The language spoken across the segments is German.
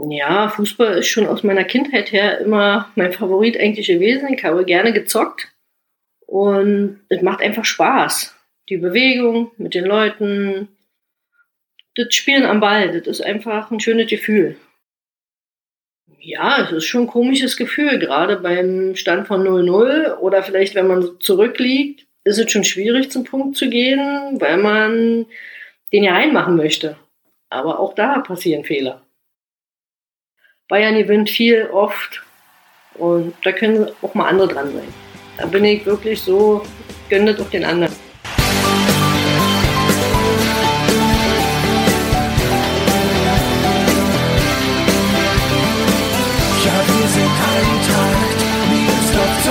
Ja, Fußball ist schon aus meiner Kindheit her immer mein Favorit eigentlich gewesen. Ich habe gerne gezockt und es macht einfach Spaß. Die Bewegung mit den Leuten, das Spielen am Ball, das ist einfach ein schönes Gefühl. Ja, es ist schon ein komisches Gefühl, gerade beim Stand von 0-0 oder vielleicht, wenn man zurückliegt, ist es schon schwierig zum Punkt zu gehen, weil man den ja reinmachen möchte. Aber auch da passieren Fehler. Bayern gewinnt viel, oft und da können auch mal andere dran sein. Da bin ich wirklich so, gönne das auch den anderen. Ja, wir sind Eintracht, mir ist auf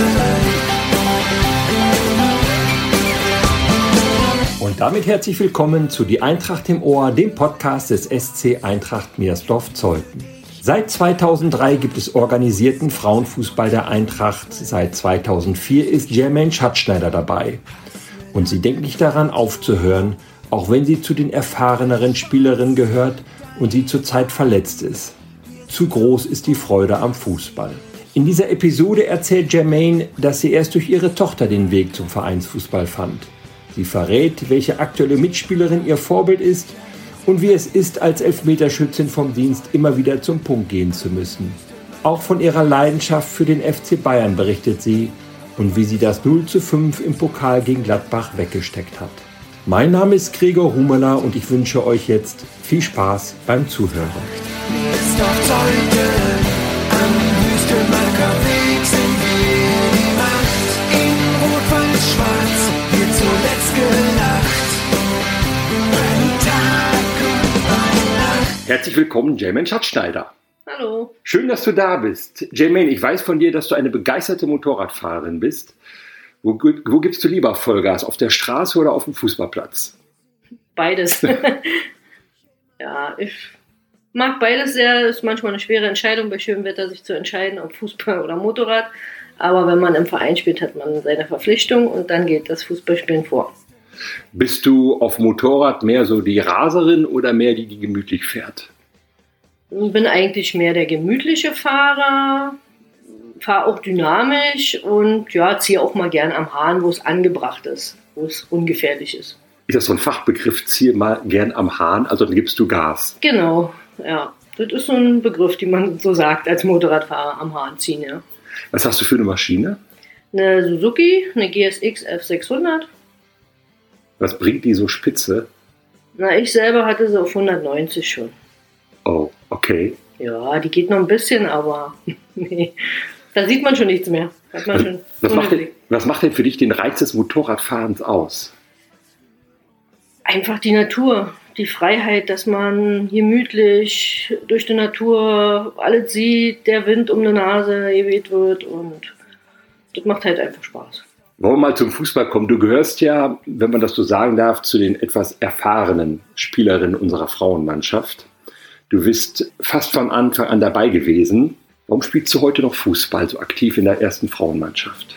Zeiten. Und damit herzlich willkommen zu Die Eintracht im Ohr, dem Podcast des SC Eintracht Meersdorf-Zeuthen. Seit 2003 gibt es organisierten Frauenfußball der Eintracht. Seit 2004 ist Jermaine Schatzschneider dabei. Und sie denkt nicht daran aufzuhören, auch wenn sie zu den erfahreneren Spielerinnen gehört und sie zurzeit verletzt ist. Zu groß ist die Freude am Fußball. In dieser Episode erzählt Jermaine, dass sie erst durch ihre Tochter den Weg zum Vereinsfußball fand. Sie verrät, welche aktuelle Mitspielerin ihr Vorbild ist und wie es ist, als Elfmeterschützin vom Dienst immer wieder zum Punkt gehen zu müssen. Auch von ihrer Leidenschaft für den FC Bayern berichtet sie und wie sie das 0:5 im Pokal gegen Gladbach weggesteckt hat. Mein Name ist Gregor Humeler und ich wünsche euch jetzt viel Spaß beim Zuhören. Mir ist auf Zeiten, am Wüstenmarker Weg sind wir die Macht. In Rot-Weiß-Schwarz wird zuletzt gelacht. Bei Tag und bei Nacht. Herzlich willkommen, Jermaine Schatzschneider. Hallo. Schön, dass du da bist. Jermaine, ich weiß von dir, dass du eine begeisterte Motorradfahrerin bist. Wo gibst du lieber Vollgas? Auf der Straße oder auf dem Fußballplatz? Beides. Ja, ich mag beides sehr. Ist manchmal eine schwere Entscheidung bei schönem Wetter, sich zu entscheiden, ob Fußball oder Motorrad. Aber wenn man im Verein spielt, hat man seine Verpflichtung und dann geht das Fußballspielen vor. Bist du auf Motorrad mehr so die Raserin oder mehr die, die gemütlich fährt? Ich bin eigentlich mehr der gemütliche Fahrer, fahre auch dynamisch und ja, ziehe auch mal gern am Hahn, wo es angebracht ist, wo es ungefährlich ist. Ist das so ein Fachbegriff, ziehe mal gern am Hahn, also dann gibst du Gas? Genau, ja. Das ist so ein Begriff, den man so sagt als Motorradfahrer, am Hahn ziehen, ja. Was hast du für eine Maschine? Eine Suzuki, eine GSX F600. Was bringt die so spitze? Na, ich selber hatte sie auf 190 schon. Oh, okay. Ja, die geht noch ein bisschen, aber nee, da sieht man schon nichts mehr. Hat man schon Was macht denn für dich den Reiz des Motorradfahrens aus? Einfach die Natur, die Freiheit, dass man gemütlich durch die Natur alles sieht, der Wind um die Nase geweht wird und das macht halt einfach Spaß. Wollen wir mal zum Fußball kommen? Du gehörst ja, wenn man das so sagen darf, zu den etwas erfahrenen Spielerinnen unserer Frauenmannschaft. Du bist fast von Anfang an dabei gewesen. Warum spielst du heute noch Fußball so aktiv in der ersten Frauenmannschaft?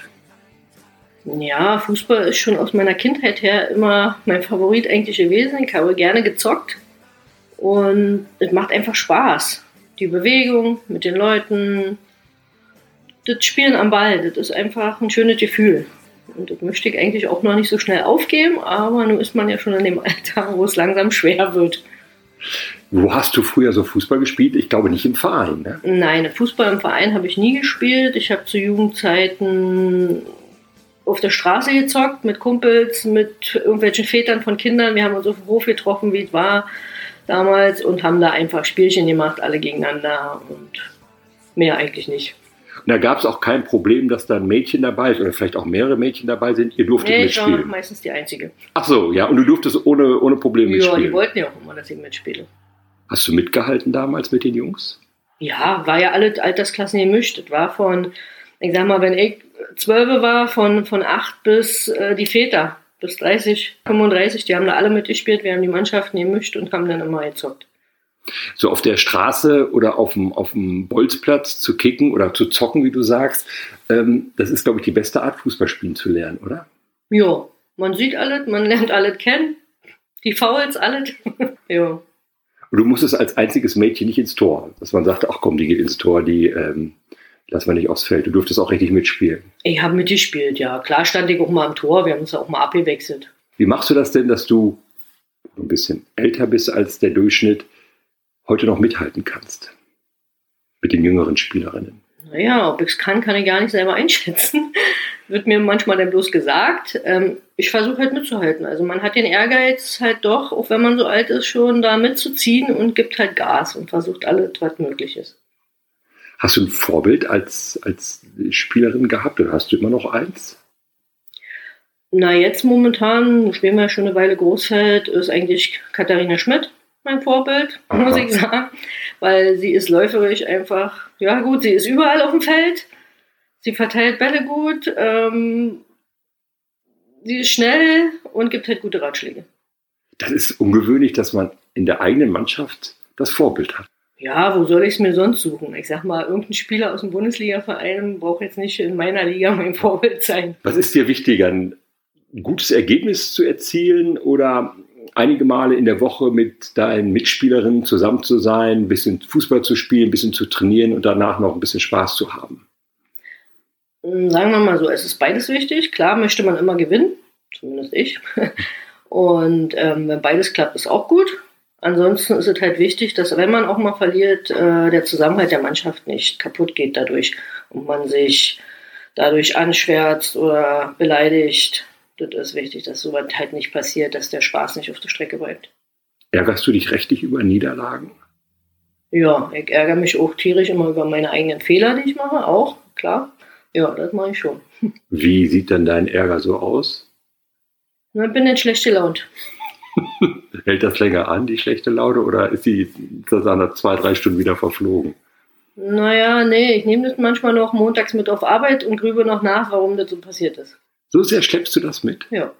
Ja, Fußball ist schon aus meiner Kindheit her immer mein Favorit eigentlich gewesen. Ich habe gerne gezockt und es macht einfach Spaß. Die Bewegung mit den Leuten, das Spielen am Ball, das ist einfach ein schönes Gefühl. Und das möchte ich eigentlich auch noch nicht so schnell aufgeben, aber nun ist man ja schon in dem Alter, wo es langsam schwer wird. Wo hast du früher so Fußball gespielt? Ich glaube nicht im Verein, ne? Nein, Fußball im Verein habe ich nie gespielt. Ich habe zu Jugendzeiten auf der Straße gezockt, mit Kumpels, mit irgendwelchen Vätern von Kindern. Wir haben uns auf dem Hof getroffen, wie es war damals und haben da einfach Spielchen gemacht, alle gegeneinander und mehr eigentlich nicht. Und da gab es auch kein Problem, dass da ein Mädchen dabei ist oder vielleicht auch mehrere Mädchen dabei sind. Ihr durftet mitspielen. Ich war meistens die Einzige. Ach so, ja. Und du durftest ohne Probleme mitspielen. Ja, die wollten ja auch immer, dass ich mitspiele. Hast du mitgehalten damals mit den Jungs? Ja, war ja alle Altersklassen gemischt. Das war von, ich sag mal, wenn ich 12 war, von 8 bis die Väter, bis 30, 35, die haben da alle mitgespielt. Wir haben die Mannschaften gemischt und haben dann immer gezockt. So auf der Straße oder auf dem Bolzplatz zu kicken oder zu zocken, wie du sagst, das ist, glaube ich, die beste Art, Fußball spielen zu lernen, oder? Ja, man sieht alles, man lernt alles kennen, die Fouls, alles. Ja. Und du musstest als einziges Mädchen nicht ins Tor, dass man sagte, ach komm, die geht ins Tor, die lassen wir nicht aufs Feld. Du durftest auch richtig mitspielen. Ich habe mitgespielt, ja. Klar stand ich auch mal am Tor, wir haben uns auch mal abgewechselt. Wie machst du das denn, dass du ein bisschen älter bist als der Durchschnitt, heute noch mithalten kannst mit den jüngeren Spielerinnen? Naja, ob ich es kann ich gar nicht selber einschätzen. Wird mir manchmal dann bloß gesagt. Ich versuche halt mitzuhalten. Also man hat den Ehrgeiz halt doch, auch wenn man so alt ist, schon da mitzuziehen und gibt halt Gas und versucht alles, was möglich ist. Hast du ein Vorbild als Spielerin gehabt oder hast du immer noch eins? Na, jetzt momentan, spielen wir ja schon eine Weile Großfeld, ist eigentlich Katharina Schmidt mein Vorbild, muss ich sagen. Weil sie ist läuferisch einfach, ja gut, sie ist überall auf dem Feld. Sie verteilt Bälle gut. Sie ist schnell und gibt halt gute Ratschläge. Das ist ungewöhnlich, dass man in der eigenen Mannschaft das Vorbild hat. Ja, wo soll ich es mir sonst suchen? Ich sag mal, irgendein Spieler aus dem Bundesliga-Verein braucht jetzt nicht in meiner Liga mein Vorbild sein. Was ist dir wichtiger, ein gutes Ergebnis zu erzielen oder einige Male in der Woche mit deinen Mitspielerinnen zusammen zu sein, ein bisschen Fußball zu spielen, ein bisschen zu trainieren und danach noch ein bisschen Spaß zu haben? Sagen wir mal so, es ist beides wichtig. Klar möchte man immer gewinnen, zumindest ich. Und wenn beides klappt, ist auch gut. Ansonsten ist es halt wichtig, dass wenn man auch mal verliert, der Zusammenhalt der Mannschaft nicht kaputt geht dadurch und man sich dadurch anschwärzt oder beleidigt. Das ist wichtig, dass sowas halt nicht passiert, dass der Spaß nicht auf der Strecke bleibt. Ärgerst du dich richtig über Niederlagen? Ja, ich ärgere mich auch tierisch immer über meine eigenen Fehler, die ich mache, auch, klar. Ja, das mache ich schon. Wie sieht dann dein Ärger so aus? Na, ich bin nicht schlecht gelaunt. Hält das länger an, die schlechte Laune, oder ist das nach 2-3 Stunden wieder verflogen? Naja, nee, ich nehme das manchmal noch montags mit auf Arbeit und grübe noch nach, warum das so passiert ist. So sehr schleppst du das mit? Ja.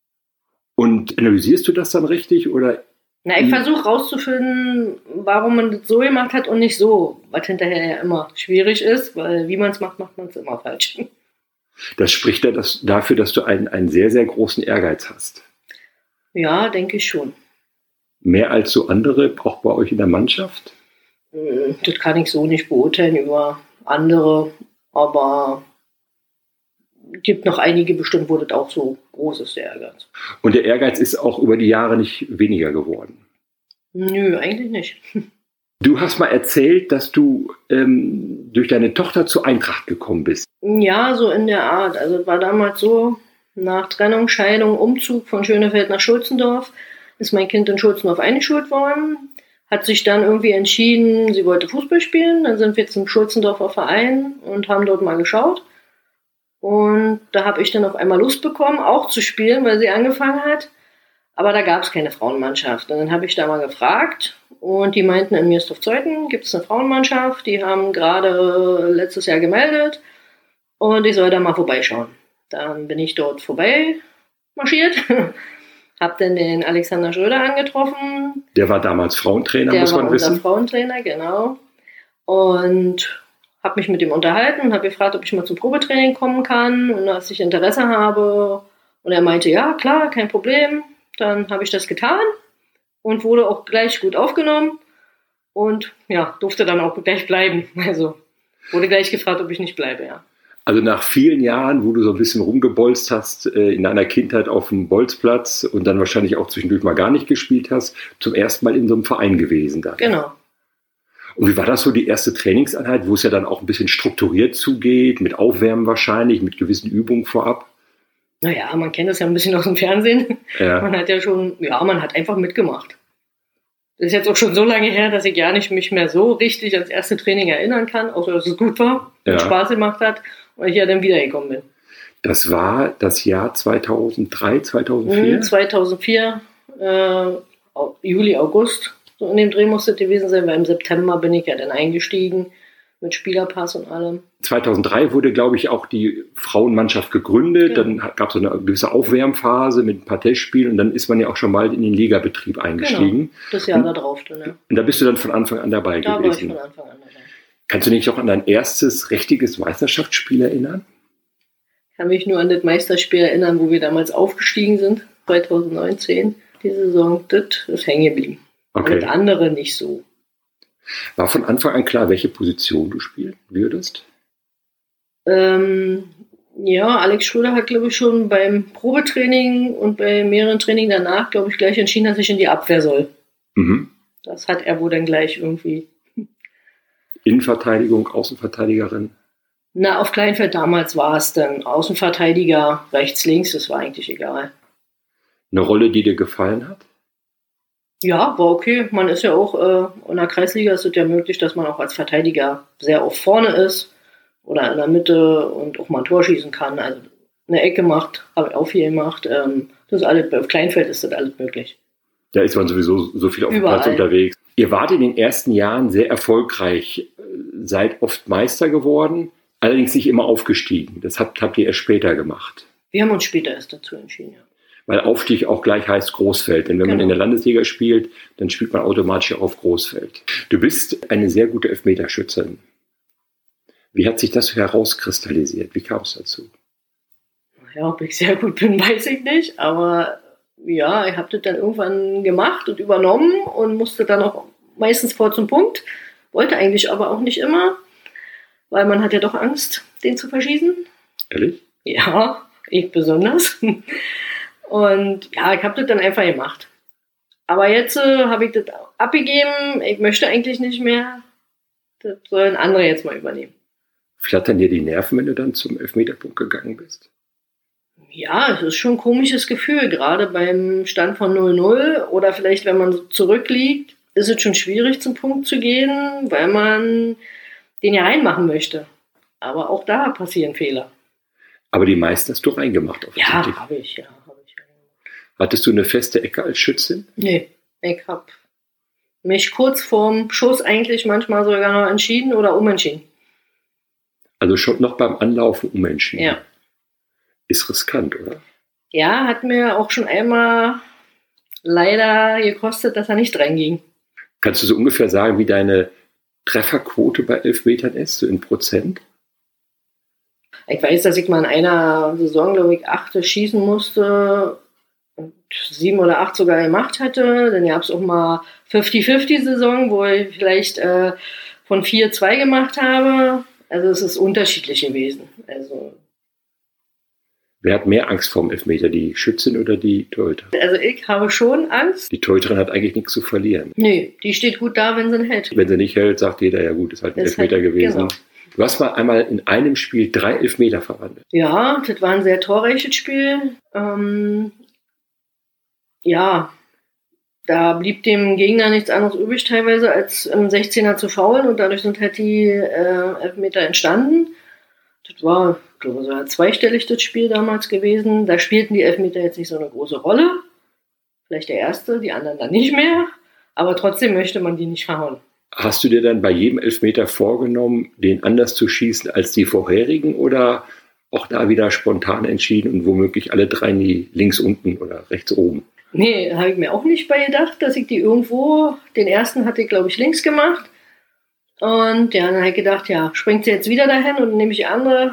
Und analysierst du das dann richtig, oder? Na, ich versuche rauszufinden, warum man das so gemacht hat und nicht so, was hinterher ja immer schwierig ist, weil wie man es macht, macht man es immer falsch. Das spricht ja dafür, dass du einen sehr, sehr großen Ehrgeiz hast. Ja, denke ich schon. Mehr als so andere, auch bei euch in der Mannschaft? Das kann ich so nicht beurteilen über andere, aber es gibt noch einige bestimmt, wo das auch so groß ist, der Ehrgeiz. Und der Ehrgeiz ist auch über die Jahre nicht weniger geworden? Nö, eigentlich nicht. Du hast mal erzählt, dass du durch deine Tochter zur Eintracht gekommen bist. Ja, so in der Art. Also es war damals so, nach Trennung, Scheidung, Umzug von Schönefeld nach Schulzendorf ist mein Kind in Schulzendorf eingeschult worden. Hat sich dann irgendwie entschieden, sie wollte Fußball spielen. Dann sind wir zum Schulzendorfer Verein und haben dort mal geschaut. Und da habe ich dann auf einmal Lust bekommen, auch zu spielen, weil sie angefangen hat. Aber da gab es keine Frauenmannschaft. Und dann habe ich da mal gefragt und die meinten, in Mirsdorf-Zeuthen gibt es eine Frauenmannschaft. Die haben gerade letztes Jahr gemeldet und ich soll da mal vorbeischauen. Dann bin ich dort vorbei marschiert, habe dann den Alexander Schröder angetroffen. Der war damals Frauentrainer, muss man wissen. Der war unser Frauentrainer, genau. Und habe mich mit ihm unterhalten und habe gefragt, ob ich mal zum Probetraining kommen kann und dass ich Interesse habe. Und er meinte, ja, klar, kein Problem. Dann habe ich das getan und wurde auch gleich gut aufgenommen und ja, durfte dann auch gleich bleiben. Also wurde gleich gefragt, ob ich nicht bleibe, ja. Also nach vielen Jahren, wo du so ein bisschen rumgebolzt hast, in deiner Kindheit auf dem Bolzplatz und dann wahrscheinlich auch zwischendurch mal gar nicht gespielt hast, zum ersten Mal in so einem Verein gewesen dann. Genau. Und wie war das so, die erste Trainingseinheit, wo es ja dann auch ein bisschen strukturiert zugeht, mit Aufwärmen wahrscheinlich, mit gewissen Übungen vorab? Naja, man kennt das ja ein bisschen aus dem Fernsehen. Ja. Man hat einfach mitgemacht. Das ist jetzt auch schon so lange her, dass ich gar nicht mich mehr so richtig ans erste Training erinnern kann, außer dass es gut war und Spaß gemacht hat und ich ja dann wiedergekommen bin. Das war das Jahr 2003, 2004? 2004, Juli, August, so in dem Dreh musste es gewesen sein, weil im September bin ich ja dann eingestiegen mit Spielerpass und allem. 2003 wurde, glaube ich, auch die Frauenmannschaft gegründet. Ja. Dann gab es so eine gewisse Aufwärmphase mit ein paar Testspielen und dann ist man ja auch schon bald in den Ligabetrieb eingestiegen. Genau, das Jahr da drauf dann, ja. Und da bist du dann von Anfang an dabei gewesen. Da war ich von Anfang an dabei. Kannst du dich auch an dein erstes richtiges Meisterschaftsspiel erinnern? Ich kann mich nur an das Meisterspiel erinnern, wo wir damals aufgestiegen sind, 2019. Die Saison, das ist hängen geblieben. Okay. Und andere nicht so. War von Anfang an klar, welche Position du spielen würdest? Ja, Alex Schröder hat, glaube ich, schon beim Probetraining und bei mehreren Trainings danach, glaube ich, gleich entschieden, dass ich in die Abwehr soll. Mhm. Das hat er wohl dann gleich irgendwie. Innenverteidigung, Außenverteidigerin? Na, auf Kleinfeld damals war es dann Außenverteidiger, rechts, links, das war eigentlich egal. Eine Rolle, die dir gefallen hat? Ja, war okay. Man ist ja auch in der Kreisliga, ist es ja möglich, dass man auch als Verteidiger sehr oft vorne ist oder in der Mitte und auch mal ein Tor schießen kann. Also eine Ecke macht, habe ich auch viel gemacht. Das ist alles, auf Kleinfeld ist das alles möglich. Da ist man sowieso so viel auf dem Überall. Platz unterwegs. Ihr wart in den ersten Jahren sehr erfolgreich, seid oft Meister geworden, allerdings nicht immer aufgestiegen. Das habt ihr erst später gemacht. Wir haben uns später erst dazu entschieden, ja. Weil Aufstieg auch gleich heißt Großfeld. Denn wenn man in der Landesliga spielt, dann spielt man automatisch auch auf Großfeld. Du bist eine sehr gute Elfmeterschützerin. Wie hat sich das herauskristallisiert? Wie kam es dazu? Ja, ob ich sehr gut bin, weiß ich nicht. Aber ja, ich habe das dann irgendwann gemacht und übernommen und musste dann auch meistens vor zum Punkt. Wollte eigentlich aber auch nicht immer, weil man hat ja doch Angst, den zu verschießen. Ehrlich? Ja, ich besonders. Und ja, ich habe das dann einfach gemacht. Aber jetzt habe ich das abgegeben. Ich möchte eigentlich nicht mehr. Das sollen andere jetzt mal übernehmen. Flattern dir die Nerven, wenn du dann zum Elfmeterpunkt gegangen bist? Ja, es ist schon ein komisches Gefühl. Gerade beim Stand von 0-0 oder vielleicht, wenn man so zurückliegt, ist es schon schwierig, zum Punkt zu gehen, weil man den ja reinmachen möchte. Aber auch da passieren Fehler. Aber die meisten hast du reingemacht. Ja, habe ich, ja. Hattest du eine feste Ecke als Schützin? Nee, ich habe mich kurz vorm Schuss eigentlich manchmal sogar noch entschieden oder umentschieden. Also schon noch beim Anlaufen umentschieden? Ja. Ist riskant, oder? Ja, hat mir auch schon einmal leider gekostet, dass er nicht reinging. Kannst du so ungefähr sagen, wie deine Trefferquote bei Elfmetern ist, so in Prozent? Ich weiß, dass ich mal in einer Saison, glaube ich, 8 schießen musste und 7 oder 8 sogar gemacht hatte. Dann gab es auch mal 50-50-Saison, wo ich vielleicht von 4 2 gemacht habe. Also es ist unterschiedlich gewesen. Also Wer hat mehr Angst vorm Elfmeter, die Schützin oder die Torhüterin? Also ich habe schon Angst. Die Torhüterin hat eigentlich nichts zu verlieren. Nee, die steht gut da, wenn sie ihn hält. Wenn sie nicht hält, sagt jeder, ja gut, ist halt ein Ist Elfmeter halt, gewesen. genau. Du hast mal einmal in einem Spiel 3 Elfmeter verwandelt. Ja, das war ein sehr torreiches Spiel. Ja, da blieb dem Gegner nichts anderes übrig teilweise, als im 16er zu faulen und dadurch sind halt die Elfmeter entstanden. Das war, ich glaube, so zweistellig das Spiel damals gewesen. Da spielten die Elfmeter jetzt nicht so eine große Rolle. Vielleicht der erste, die anderen dann nicht mehr. Aber trotzdem möchte man die nicht verhauen. Hast du dir dann bei jedem Elfmeter vorgenommen, den anders zu schießen als die vorherigen oder auch da wieder spontan entschieden und womöglich alle 3 in die links unten oder rechts oben? Nee, habe ich mir auch nicht bei gedacht, dass ich die irgendwo, den ersten hatte ich, glaube ich, links gemacht. Und ja, dann habe ich gedacht, ja, springt sie jetzt wieder dahin und dann nehme ich die andere.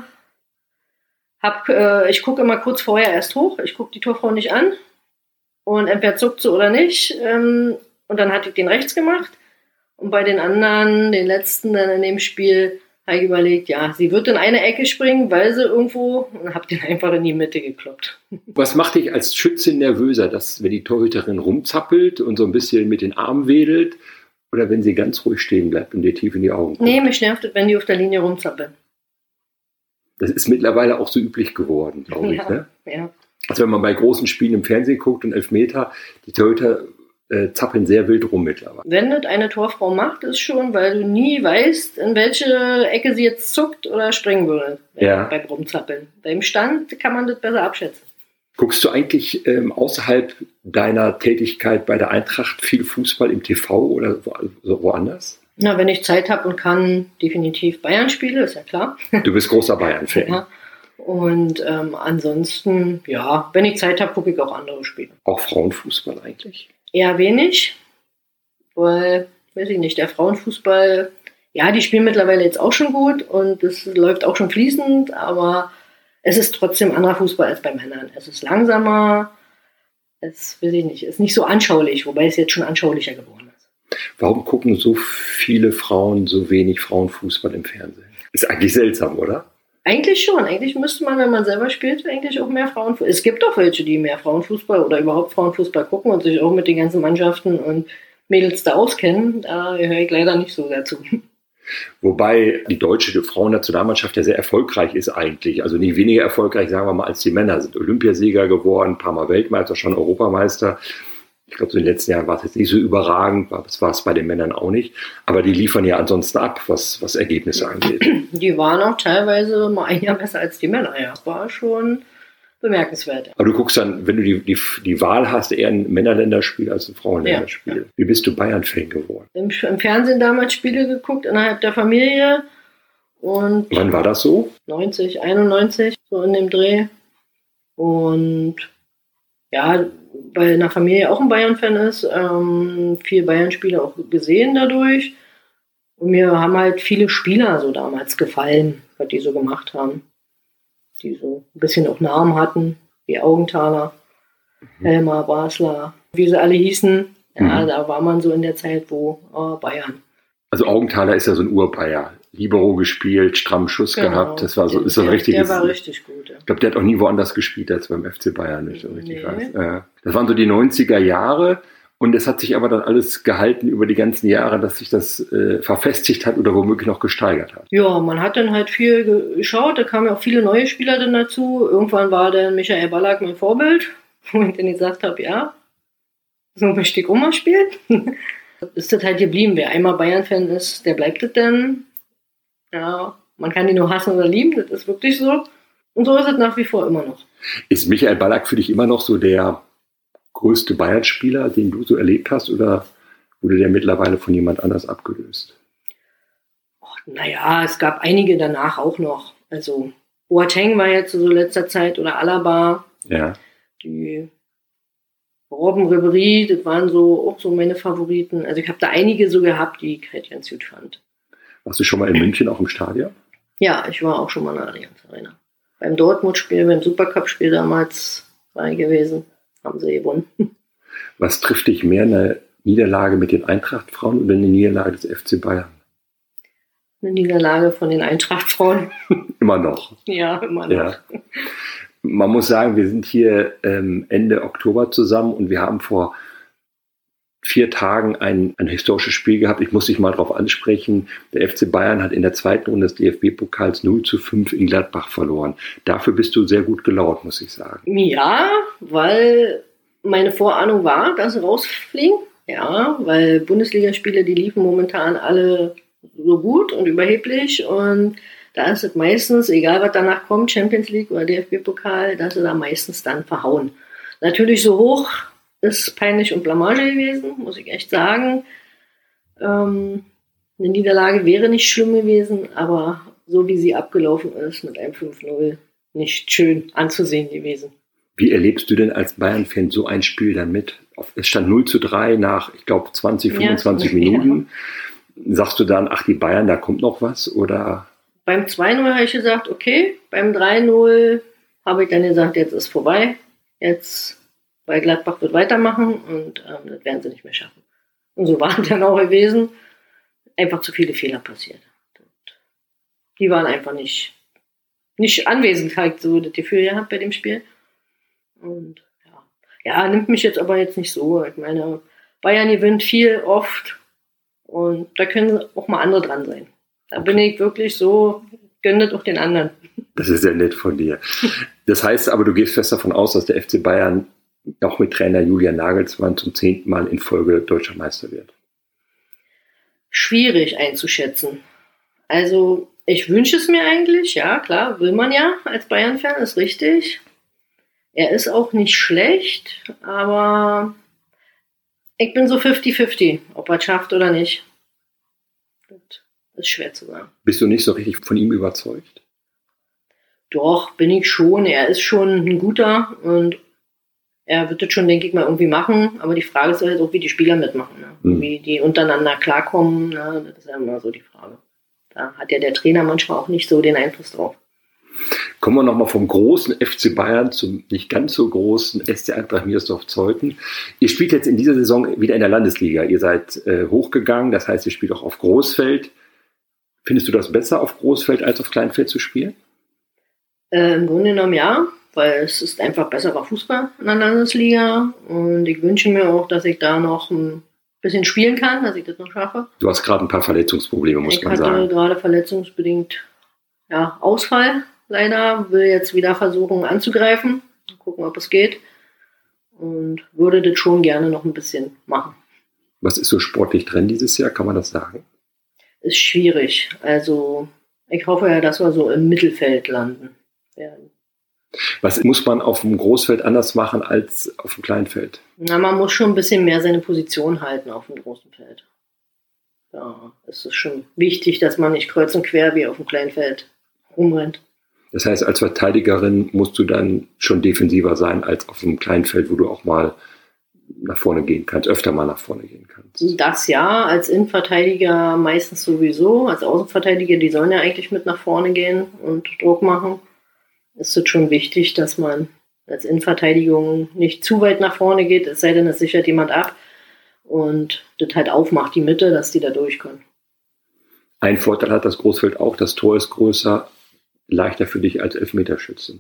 Ich gucke immer kurz vorher erst hoch, ich gucke die Torfrau nicht an und entweder zuckt sie oder nicht. Und dann hatte ich den rechts gemacht. Und bei den anderen, den letzten dann in dem Spiel, habe ich überlegt, ja, sie wird in eine Ecke springen, weil sie irgendwo, und habe den einfach in die Mitte gekloppt. Was macht dich als Schützin nervöser, dass wenn die Torhüterin rumzappelt und so ein bisschen mit den Armen wedelt oder wenn sie ganz ruhig stehen bleibt und dir tief in die Augen guckt? Nee, mich nervt es, wenn die auf der Linie rumzappeln. Das ist mittlerweile auch so üblich geworden, glaube ich. Ja, Ne? ja. Also wenn man bei großen Spielen im Fernsehen guckt und Elfmeter, die Torhüter zappeln sehr wild rum mittlerweile. Wenn das eine Torfrau macht, ist schon, weil du nie weißt, in welche Ecke sie jetzt zuckt oder springen würde beim Rumzappeln. Beim Stand kann man das besser abschätzen. Guckst du eigentlich außerhalb deiner Tätigkeit bei der Eintracht viel Fußball im TV oder woanders? Na, wenn ich Zeit habe und kann, definitiv Bayern spiele, ist ja klar. Du bist großer Bayern-Fan. Ja. Und ansonsten, ja, wenn ich Zeit habe, gucke ich auch andere Spiele. Auch Frauenfußball eigentlich? Eher wenig, weil, weiß ich nicht, der Frauenfußball, ja, die spielen mittlerweile jetzt auch schon gut und es läuft auch schon fließend, aber es ist trotzdem anderer Fußball als bei Männern. Es ist langsamer, es, weiß ich nicht, ist nicht so anschaulich, wobei es jetzt schon anschaulicher geworden ist. Warum gucken so viele Frauen so wenig Frauenfußball im Fernsehen? Ist eigentlich seltsam, oder? Eigentlich schon. Eigentlich müsste man, wenn man selber spielt, eigentlich auch mehr Frauenfußball. Es gibt auch welche, die mehr Frauenfußball oder überhaupt Frauenfußball gucken und sich auch mit den ganzen Mannschaften und Mädels da auskennen. Da höre ich leider nicht so dazu. Wobei die deutsche Frauennationalmannschaft ja sehr erfolgreich ist eigentlich. Also nicht weniger erfolgreich, sagen wir mal, als die Männer. Sind Olympiasieger geworden, ein paar Mal Weltmeister, schon Europameister. Ich glaube, so in den letzten Jahren war es jetzt nicht so überragend, das war es bei den Männern auch nicht. Aber die liefern ja ansonsten ab, was Ergebnisse angeht. Die waren auch teilweise mal ein Jahr besser als die Männer, ja. War schon bemerkenswert. Aber du guckst dann, wenn du die Wahl hast, eher ein Männerländerspiel als ein Frauenländerspiel. Ja. Wie bist du Bayern-Fan geworden? Im Fernsehen damals Spiele geguckt, innerhalb der Familie. Und wann war das so? 90, 91, so in dem Dreh. Und ja, weil in der Familie auch ein Bayern-Fan ist, viele Bayern-Spiele auch gesehen dadurch. Und mir haben halt viele Spieler so damals gefallen, was die so gemacht haben. Die so ein bisschen auch Namen hatten, wie Augenthaler, Helmar, Basler, wie sie alle hießen. Ja, da war man so in der Zeit, wo Bayern. Also Augenthaler ist ja so ein Urbayer. Libero gespielt, strammen Schuss gehabt. Das war so, ist so ein richtiges. Der war richtig gut. Ja. Ich glaube, der hat auch nie woanders gespielt als beim FC Bayern, nicht so richtig weiß. Das waren so die 90er Jahre und es hat sich aber dann alles gehalten über die ganzen Jahre, dass sich das verfestigt hat oder womöglich noch gesteigert hat. Ja, man hat dann halt viel geschaut, da kamen ja auch viele neue Spieler dann dazu. Irgendwann war dann Michael Ballack mein Vorbild, wo ich dann gesagt habe, ja, so möchte ich auch mal spielen. Ist das halt geblieben. Wer einmal Bayern-Fan ist, der bleibt das dann. Ja, man kann ihn nur hassen oder lieben, das ist wirklich so. Und so ist es nach wie vor immer noch. Ist Michael Ballack für dich immer noch so der größte Bayern-Spieler, den du so erlebt hast, oder wurde der mittlerweile von jemand anders abgelöst? Naja, es gab einige danach auch noch. Also Boateng war jetzt so letzter Zeit oder Alaba. Ja. Die Robben, Ribéry, das waren so auch so meine Favoriten. Also ich habe da einige so gehabt, die ich halt ganz gut fand. Warst du schon mal in München auch im Stadion? Ja, ich war auch schon mal in der Allianz Arena. Beim Dortmund-Spiel, beim Supercup-Spiel damals war ich gewesen, haben sie gewonnen. Was trifft dich mehr, eine Niederlage mit den Eintracht-Frauen oder eine Niederlage des FC Bayern? Eine Niederlage von den Eintracht-Frauen. Immer noch. Ja, immer noch. Ja. Man muss sagen, wir sind hier Ende Oktober zusammen und wir haben vor 4 Tagen ein historisches Spiel gehabt. Ich muss dich mal darauf ansprechen. Der FC Bayern hat in der zweiten Runde des DFB-Pokals 0:5 in Gladbach verloren. Dafür bist du sehr gut gelaunt, muss ich sagen. Ja, weil meine Vorahnung war, dass sie rausfliegen. Ja, weil Bundesligaspiele, die liefen momentan alle so gut und überheblich. Und da ist es meistens, egal was danach kommt, Champions League oder DFB-Pokal, dass sie da meistens dann verhauen. Natürlich so hoch ist peinlich und Blamage gewesen, muss ich echt sagen. Eine Niederlage wäre nicht schlimm gewesen, aber so wie sie abgelaufen ist mit einem 5:0, nicht schön anzusehen gewesen. Wie erlebst du denn als Bayern-Fan so ein Spiel dann mit? Es stand 0:3 nach, ich glaube, 20, 25 Minuten. Ja. Sagst du dann, ach, die Bayern, da kommt noch was? Oder? Beim 2:0 habe ich gesagt, okay. Beim 3:0 habe ich dann gesagt, jetzt ist vorbei. Jetzt, weil Gladbach wird weitermachen und das werden sie nicht mehr schaffen. Und so waren dann auch gewesen. Einfach zu viele Fehler passiert. Und die waren einfach nicht anwesend, halt so das Gefühl gehabt bei dem Spiel. Und ja, nimmt mich jetzt aber jetzt nicht so. Ich meine, Bayern gewinnt viel, oft. Und da können auch mal andere dran sein. Da bin ich wirklich so, gönne das auch den anderen. Das ist sehr nett von dir. Das heißt aber, du gehst fest davon aus, dass der FC Bayern auch mit Trainer Julian Nagelsmann zum 10. Mal in Folge deutscher Meister wird. Schwierig einzuschätzen. Also ich wünsche es mir eigentlich, ja klar, will man ja als Bayern-Fan, ist richtig. Er ist auch nicht schlecht, aber ich bin so 50-50, ob er es schafft oder nicht. Das ist schwer zu sagen. Bist du nicht so richtig von ihm überzeugt? Doch, bin ich schon. Er ist schon ein guter und er wird das schon, denke ich mal, irgendwie machen. Aber die Frage ist halt auch, wie die Spieler mitmachen. Ne? Wie die untereinander klarkommen. Ne? Das ist ja immer so die Frage. Da hat ja der Trainer manchmal auch nicht so den Einfluss drauf. Kommen wir nochmal vom großen FC Bayern zum nicht ganz so großen SC Eintracht Miersdorf-Zeuthen. Ihr spielt jetzt in dieser Saison wieder in der Landesliga. Ihr seid hochgegangen, das heißt, ihr spielt auch auf Großfeld. Findest du das besser, auf Großfeld als auf Kleinfeld zu spielen? Im Grunde genommen ja, weil es ist einfach besserer Fußball in der Landesliga. Und ich wünsche mir auch, dass ich da noch ein bisschen spielen kann, dass ich das noch schaffe. Du hast gerade ein paar Verletzungsprobleme, muss man sagen. Ich hatte gerade verletzungsbedingt Ausfall. Leider will jetzt wieder versuchen anzugreifen, gucken, ob es geht und würde das schon gerne noch ein bisschen machen. Was ist so sportlich drin dieses Jahr, kann man das sagen? Ist schwierig, also ich hoffe ja, dass wir so im Mittelfeld landen werden. Was muss man auf dem Großfeld anders machen als auf dem Kleinfeld? Na, man muss schon ein bisschen mehr seine Position halten auf dem großen Feld. Ja, es ist schon wichtig, dass man nicht kreuz und quer wie auf dem Kleinfeld rumrennt. Das heißt, als Verteidigerin musst du dann schon defensiver sein als auf dem Kleinfeld, wo du auch mal nach vorne gehen kannst, öfter mal nach vorne gehen kannst. Das ja, als Innenverteidiger meistens sowieso. Als Außenverteidiger, die sollen ja eigentlich mit nach vorne gehen und Druck machen. Es ist schon wichtig, dass man als Innenverteidigung nicht zu weit nach vorne geht, es sei denn, es sichert jemand ab und das halt aufmacht, die Mitte, dass die da durch können. Ein Vorteil hat das Großfeld auch, das Tor ist größer, leichter für dich als Elfmeterschützen.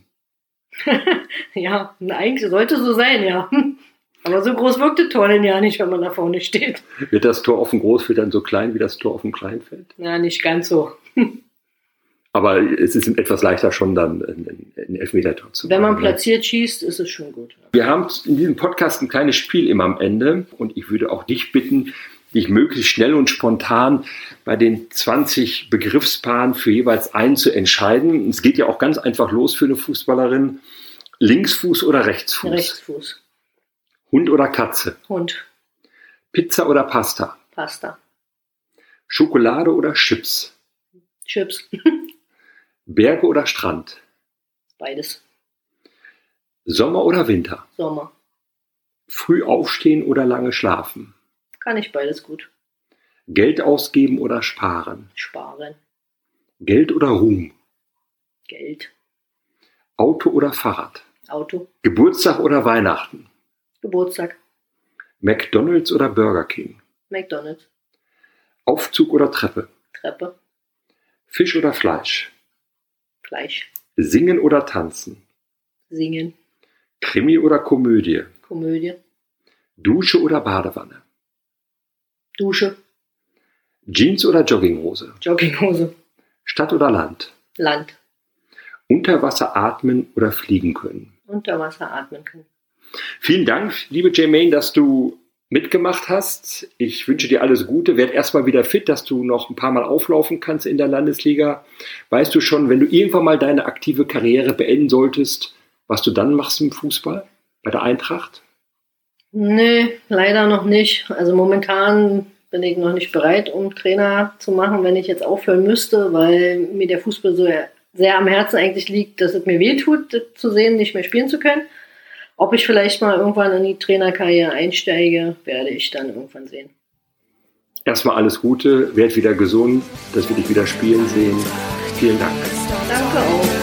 Ja, eigentlich sollte so sein, ja. Aber so groß wirkt das Tor denn ja nicht, wenn man da vorne steht. Wird das Tor auf dem Großfeld dann so klein wie das Tor auf dem Kleinfeld? Ja, nicht ganz so. Aber es ist etwas leichter schon dann ein Elfmetertor zu machen. Wenn man platziert schießt, ist es schon gut. Wir haben in diesem Podcast ein kleines Spiel immer am Ende und ich würde auch dich bitten, dich möglichst schnell und spontan bei den 20 Begriffspaaren für jeweils einen zu entscheiden. Es geht ja auch ganz einfach los für eine Fußballerin. Linksfuß oder Rechtsfuß? Rechtsfuß. Hund oder Katze? Hund. Pizza oder Pasta? Pasta. Schokolade oder Chips? Chips. Berge oder Strand? Beides. Sommer oder Winter? Sommer. Früh aufstehen oder lange schlafen? Kann ich beides gut. Geld ausgeben oder sparen? Sparen. Geld oder Ruhm? Geld. Auto oder Fahrrad? Auto. Geburtstag oder Weihnachten? Geburtstag. McDonald's oder Burger King? McDonald's. Aufzug oder Treppe? Treppe. Fisch oder Fleisch? Fleisch. Singen oder tanzen? Singen. Krimi oder Komödie? Komödie. Dusche oder Badewanne? Dusche. Jeans oder Jogginghose? Jogginghose. Stadt oder Land? Land. Unter Wasser atmen oder fliegen können? Unter Wasser atmen können. Vielen Dank, liebe Jermaine, dass du mitgemacht hast. Ich wünsche dir alles Gute. Werd erstmal wieder fit, dass du noch ein paar Mal auflaufen kannst in der Landesliga. Weißt du schon, wenn du irgendwann mal deine aktive Karriere beenden solltest, was du dann machst im Fußball? Bei der Eintracht? Nee, leider noch nicht. Also momentan bin ich noch nicht bereit, um Trainer zu machen, wenn ich jetzt aufhören müsste, weil mir der Fußball so sehr am Herzen eigentlich liegt, dass es mir wehtut, das zu sehen, nicht mehr spielen zu können. Ob ich vielleicht mal irgendwann in die Trainerkarriere einsteige, werde ich dann irgendwann sehen. Erstmal alles Gute, werd wieder gesund, dass wir dich wieder spielen sehen. Vielen Dank. Danke auch.